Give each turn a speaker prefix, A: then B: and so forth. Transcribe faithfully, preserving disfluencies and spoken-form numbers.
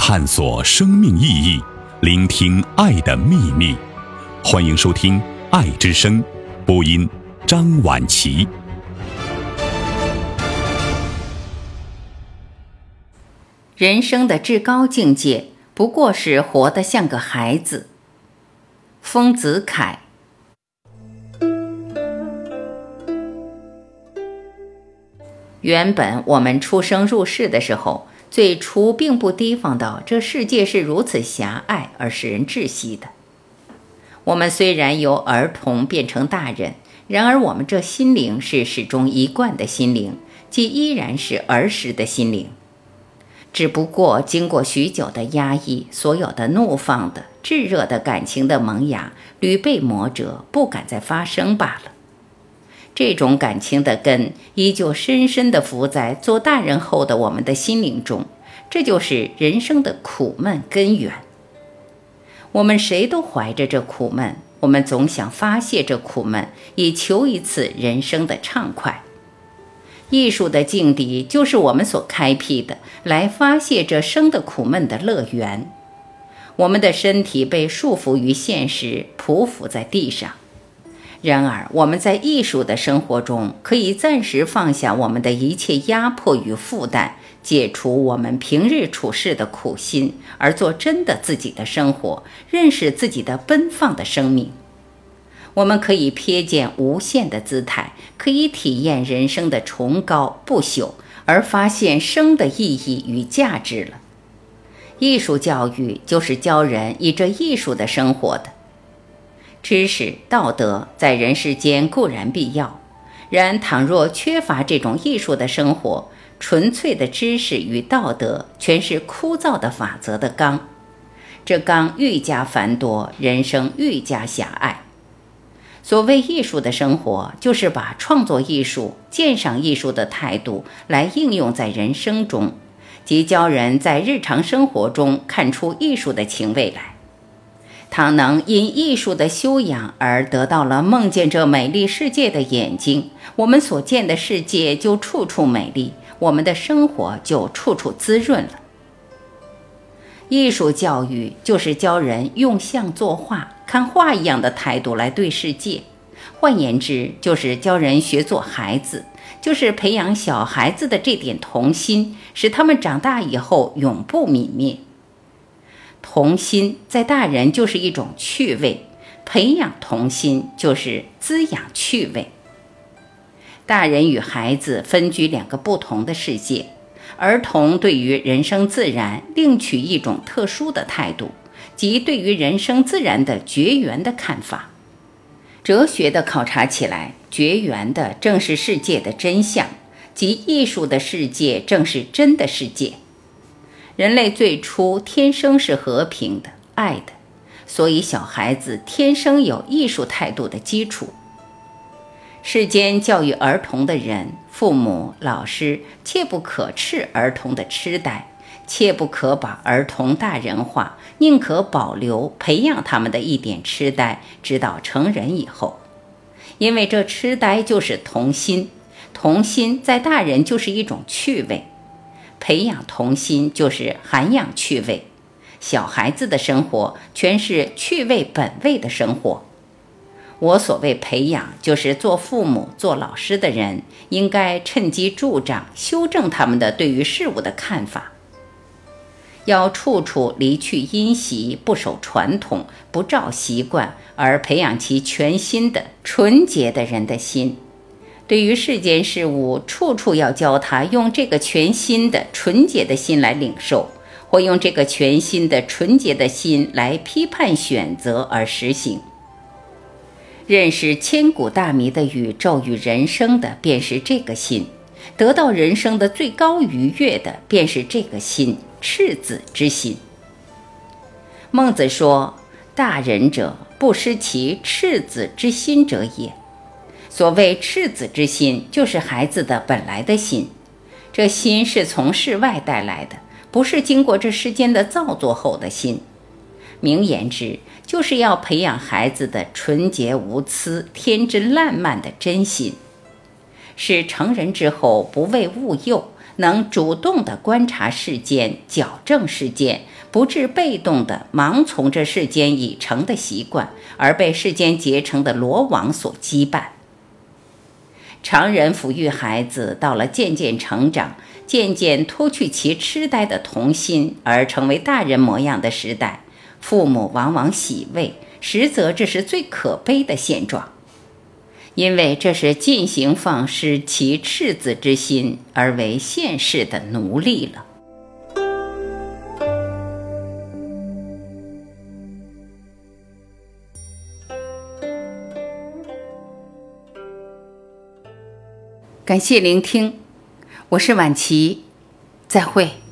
A: 探索生命意义，聆听爱的秘密。欢迎收听《爱之声》，播音张婉琪。
B: 人生的至高境界，不过是活得像个孩子。丰子恺。原本我们出生入世的时候，最初并不提防到这世界是如此狭隘而使人窒息的。我们虽然由儿童变成大人，然而我们这心灵是始终一贯的心灵，即依然是儿时的心灵。只不过经过许久的压抑，所有的怒放的炙热的感情的萌芽屡被磨折，不敢再发生罢了。这种感情的根依旧深深地伏在做大人后的我们的心灵中，这就是人生的苦闷根源。我们谁都怀着这苦闷，我们总想发泄这苦闷，以求一次人生的畅快。艺术的境地就是我们所开辟的来发泄这生的苦闷的乐园。我们的身体被束缚于现实，匍匐在地上。然而我们在艺术的生活中，可以暂时放下我们的一切压迫与负担，解除我们平日处事的苦心，而做真的自己的生活，认识自己的奔放的生命。我们可以瞥见无限的姿态，可以体验人生的崇高不朽，而发现生的意义与价值了。艺术教育就是教人以这艺术的生活的。知识、道德在人世间固然必要，然倘若缺乏这种艺术的生活，纯粹的知识与道德全是枯燥的法则的纲。这纲愈加繁多，人生愈加狭隘。所谓艺术的生活，就是把创作艺术、鉴赏艺术的态度来应用在人生中，即教人在日常生活中看出艺术的情味来。倘能因艺术的修养而得到了梦见这美丽世界的眼睛，我们所见的世界就处处美丽，我们的生活就处处滋润了。艺术教育就是教人用像作画、看画一样的态度来对世界，换言之，就是教人学做孩子，就是培养小孩子的这点童心，使他们长大以后永不泯灭。童心在大人就是一种趣味，培养童心就是滋养趣味。大人与孩子分居两个不同的世界，儿童对于人生自然另取一种特殊的态度，即对于人生自然的绝缘的看法。哲学的考察起来，绝缘的正是世界的真相，即艺术的世界正是真的世界。人类最初天生是和平的、爱的，所以小孩子天生有艺术态度的基础。世间教育儿童的人，父母、老师，切不可斥儿童的痴呆，切不可把儿童大人化，宁可保留培养他们的一点痴呆，直到成人以后。因为这痴呆就是童心，童心在大人就是一种趣味。培养童心就是涵养趣味，小孩子的生活全是趣味本位的生活。我所谓培养，就是做父母、做老师的人应该趁机助长、修正他们的对于事物的看法，要处处离去因习，不守传统，不照习惯，而培养其全新的、纯洁的人的心。对于世间事物，处处要教他用这个全新的纯洁的心来领受，或用这个全新的纯洁的心来批判选择而实行。认识千古大迷的宇宙与人生的便是这个心，得到人生的最高愉悦的便是这个心，赤子之心。孟子说：大人者，不失其赤子之心者也。所谓赤子之心，就是孩子的本来的心，这心是从世外带来的，不是经过这世间的造作后的心。明言之，就是要培养孩子的纯洁无疵、天真烂漫的真心，使成人之后不为物诱， 能主动地观察世间，矫正世间，不致被动地盲从这世间已成的习惯，而被世间结成的罗网所羁绊。常人抚育孩子，到了渐渐成长，渐渐脱去其痴呆的童心，而成为大人模样的时代，父母往往喜慰，实则这是最可悲的现状。因为这是尽行放失其赤子之心，而为现世的奴隶了。感谢聆听，我是婉琪，再会。